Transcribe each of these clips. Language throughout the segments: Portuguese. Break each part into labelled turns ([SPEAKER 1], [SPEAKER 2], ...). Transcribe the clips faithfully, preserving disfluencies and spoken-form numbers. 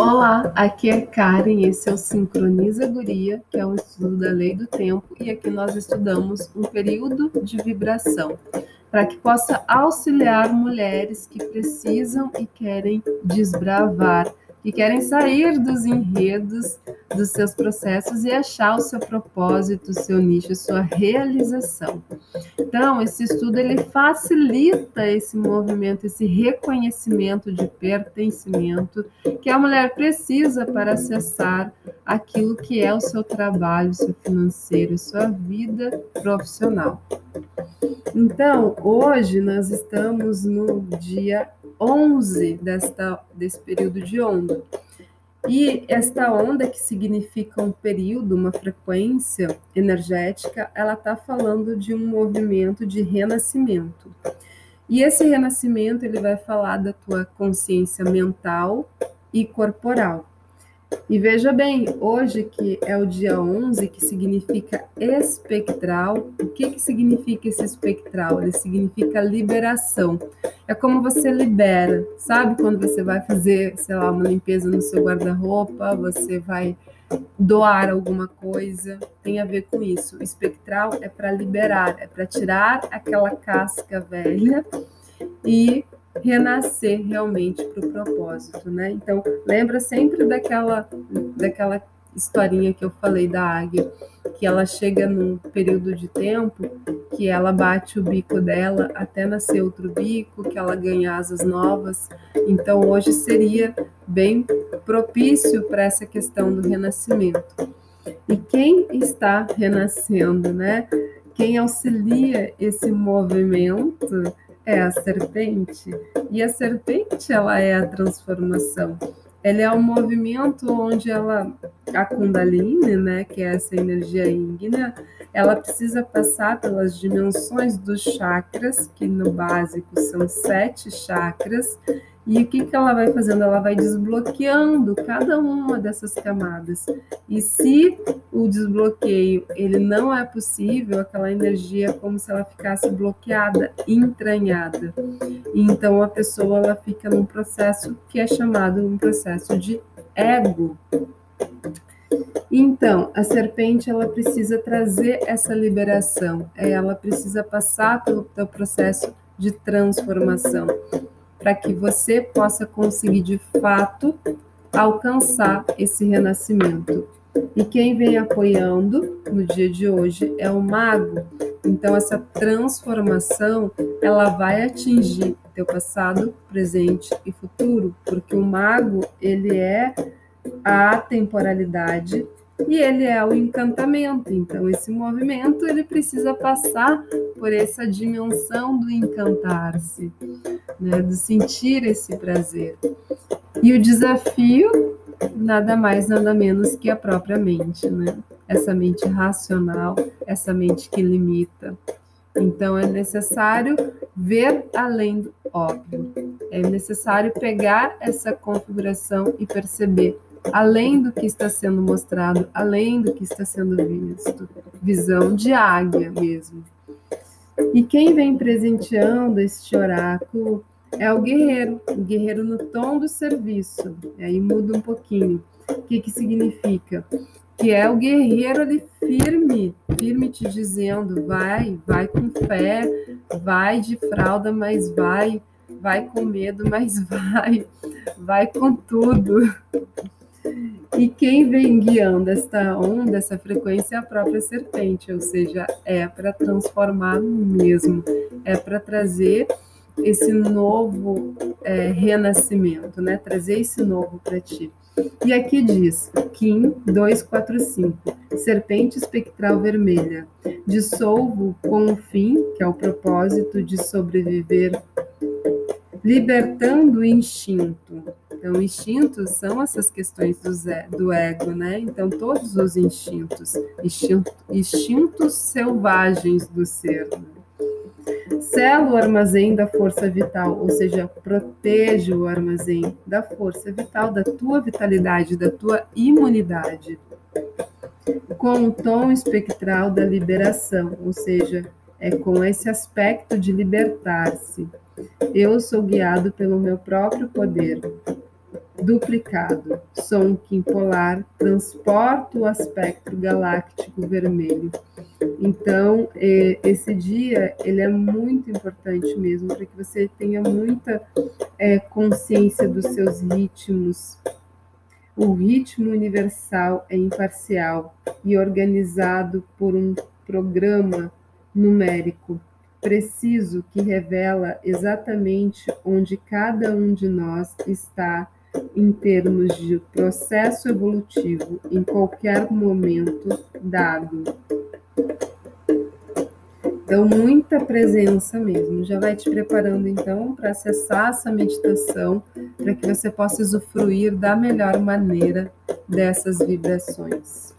[SPEAKER 1] Olá, aqui é Karen, esse é o Sincroniza Guria, que é um estudo da lei do tempo, e aqui nós estudamos um período de vibração, para que possa auxiliar mulheres que precisam e querem desbravar, que querem sair dos enredos dos seus processos e achar o seu propósito, o seu nicho, a sua realização. Então, esse estudo ele facilita esse movimento, esse reconhecimento de pertencimento que a mulher precisa para acessar aquilo que é o seu trabalho, o seu financeiro, sua vida profissional. Então, hoje nós estamos no dia onze desta, desse período de onda. E esta onda, que significa um período, uma frequência energética, ela está falando de um movimento de renascimento. E esse renascimento ele vai falar da tua consciência mental e corporal. E veja bem, hoje que é o dia onze, que significa espectral, o que, que significa esse espectral? Ele significa liberação. É como você libera, sabe? Quando você vai fazer, sei lá, uma limpeza no seu guarda-roupa, você vai doar alguma coisa, tem a ver com isso. O espectral é para liberar, é para tirar aquela casca velha e renascer realmente para o propósito, né? Então, lembra sempre daquela, daquela historinha que eu falei da águia, que ela chega num período de tempo que ela bate o bico dela até nascer outro bico, que ela ganha asas novas. Então, hoje seria bem propício para essa questão do renascimento. E quem está renascendo, né? Quem auxilia esse movimento é a serpente, e a serpente ela é a transformação. Ela é um movimento onde ela, a Kundalini, né, que é essa energia ígnea, ela precisa passar pelas dimensões dos chakras, que no básico são sete chakras, e o que, que ela vai fazendo? Ela vai desbloqueando cada uma dessas camadas. E se o desbloqueio ele não é possível, aquela energia é como se ela ficasse bloqueada, entranhada. E então a pessoa ela fica num processo que é chamado um processo de ego. Então, a serpente ela precisa trazer essa liberação, ela precisa passar pelo teu processo de transformação, para que você possa conseguir, de fato, alcançar esse renascimento. E quem vem apoiando no dia de hoje é o mago. Então, essa transformação, ela vai atingir teu passado, presente e futuro, porque o mago, ele é a atemporalidade e ele é o encantamento. Então, esse movimento, ele precisa passar por essa dimensão do encantar-se, né, do sentir esse prazer. E o desafio, nada mais, nada menos que a própria mente, né? Essa mente racional, essa mente que limita. Então, é necessário ver além do óbvio. É necessário pegar essa configuração e perceber além do que está sendo mostrado, além do que está sendo visto. Visão de águia mesmo. E quem vem presenteando este oráculo é o guerreiro, o guerreiro no tom do serviço. Aí muda um pouquinho. O que, que significa? Que é o guerreiro ali firme, firme te dizendo, vai, vai com fé, vai de fralda, mas vai, vai com medo, mas vai, vai com tudo. E quem vem guiando esta onda, essa frequência, é a própria serpente, ou seja, é para transformar mesmo, é para trazer esse novo é, renascimento, né? Trazer esse novo para ti. E aqui diz, Kim duzentos e quarenta e cinco, serpente espectral vermelha, dissolvo com o fim, que é o propósito de sobreviver, libertando o instinto. Então, instintos são essas questões do, zé, do ego, né? Então, todos os instintos, instinto, instintos selvagens do ser. Né? Sela o armazém da força vital, ou seja, protege o armazém da força vital, da tua vitalidade, da tua imunidade, com o tom espectral da liberação, ou seja, é com esse aspecto de libertar-se. Eu sou guiado pelo meu próprio poder. duplicado. Sou um Kim polar, transporto o aspecto galáctico vermelho. Então, esse dia, ele é muito importante mesmo, para que você tenha muita é, consciência dos seus ritmos. O ritmo universal é imparcial e organizado por um programa numérico preciso que revela exatamente onde cada um de nós está em termos de processo evolutivo em qualquer momento dado. Então, muita presença mesmo. Já vai te preparando, então, para acessar essa meditação, para que você possa usufruir da melhor maneira dessas vibrações.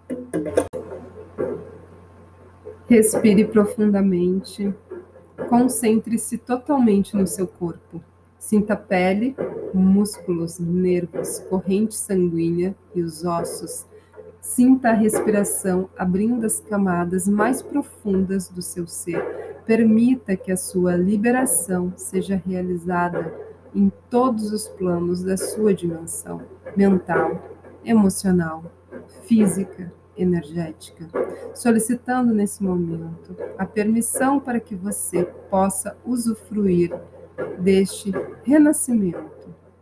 [SPEAKER 1] Respire profundamente. Concentre-se totalmente no seu corpo. Sinta a pele, músculos, nervos, corrente sanguínea e os ossos. Sinta a respiração abrindo as camadas mais profundas do seu ser. Permita que a sua liberação seja realizada em todos os planos da sua dimensão mental, emocional, física, energética, solicitando nesse momento a permissão para que você possa usufruir deste renascimento.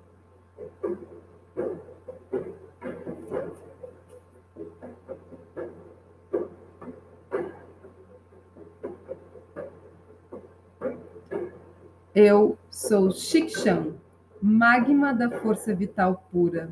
[SPEAKER 1] Eu sou Shikshan, magma da força vital pura,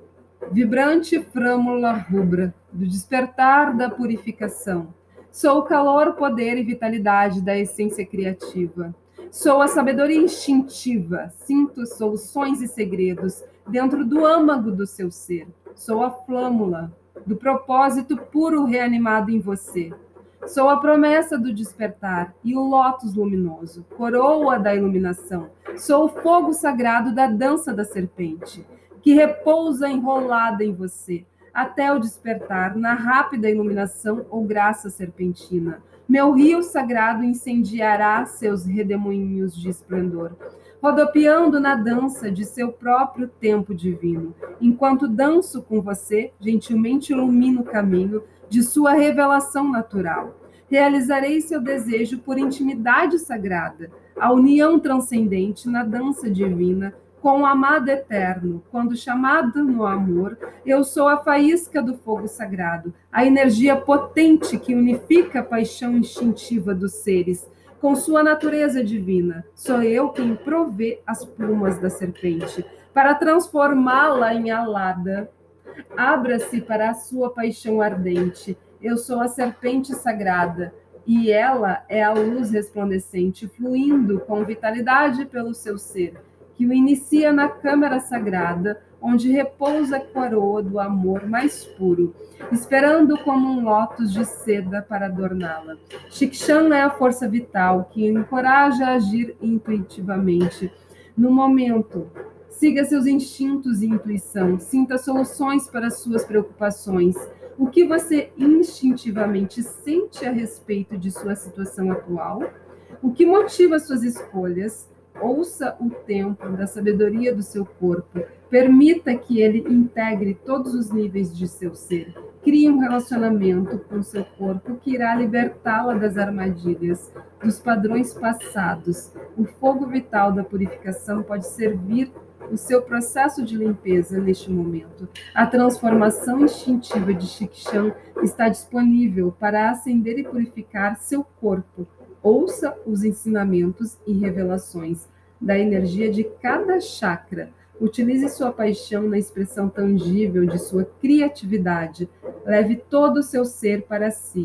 [SPEAKER 1] vibrante frâmula rubra do despertar da purificação. Sou o calor, poder e vitalidade da essência criativa. Sou a sabedoria instintiva, sinto soluções e segredos dentro do âmago do seu ser. Sou a flâmula do propósito puro reanimado em você. Sou a promessa do despertar e o lótus luminoso, coroa da iluminação. Sou o fogo sagrado da dança da serpente, que repousa enrolada em você, até o despertar na rápida iluminação ou graça serpentina. Meu rio sagrado incendiará seus redemoinhos de esplendor, rodopiando na dança de seu próprio tempo divino. Enquanto danço com você, gentilmente ilumino o caminho de sua revelação natural. Realizarei seu desejo por intimidade sagrada, a união transcendente na dança divina com o amado eterno. Quando chamado no amor, eu sou a faísca do fogo sagrado, a energia potente que unifica a paixão instintiva dos seres com sua natureza divina. Sou eu quem provê as plumas da serpente para transformá-la em alada. Abra-se para a sua paixão ardente. Eu sou a serpente sagrada, e ela é a luz resplandecente, fluindo com vitalidade pelo seu ser, que o inicia na câmara sagrada, onde repousa a coroa do amor mais puro, esperando como um lótus de seda para adorná-la. Shikshan é a força vital que encoraja a agir intuitivamente. No momento, siga seus instintos e intuição, sinta soluções para suas preocupações. O que você instintivamente sente a respeito de sua situação atual? O que motiva suas escolhas? Ouça o tempo da sabedoria do seu corpo. Permita que ele integre todos os níveis de seu ser. Crie um relacionamento com seu corpo que irá libertá-la das armadilhas, dos padrões passados. O fogo vital da purificação pode servir o seu processo de limpeza neste momento. A transformação instintiva de Shikshan está disponível para acender e purificar seu corpo. Ouça os ensinamentos e revelações da energia de cada chakra. Utilize sua paixão na expressão tangível de sua criatividade. Leve todo o seu ser para si.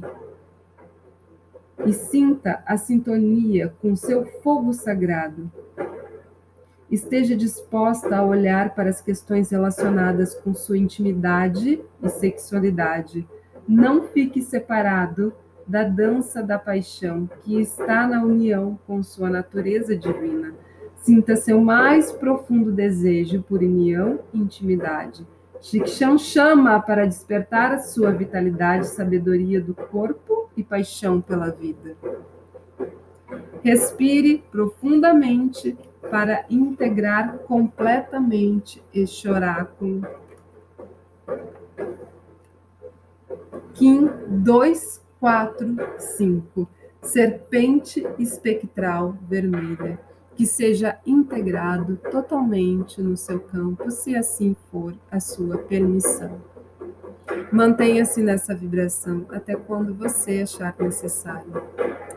[SPEAKER 1] E sinta a sintonia com seu fogo sagrado. Esteja disposta a olhar para as questões relacionadas com sua intimidade e sexualidade. Não fique separado da dança da paixão, que está na união com sua natureza divina. Sinta seu mais profundo desejo por união e intimidade. Shikshan chama para despertar a sua vitalidade e sabedoria do corpo e paixão pela vida. Respire profundamente, para integrar completamente este oráculo. Kim duzentos e quarenta e cinco, serpente espectral vermelha, que seja integrado totalmente no seu campo, se assim for a sua permissão. Mantenha-se nessa vibração até quando você achar necessário.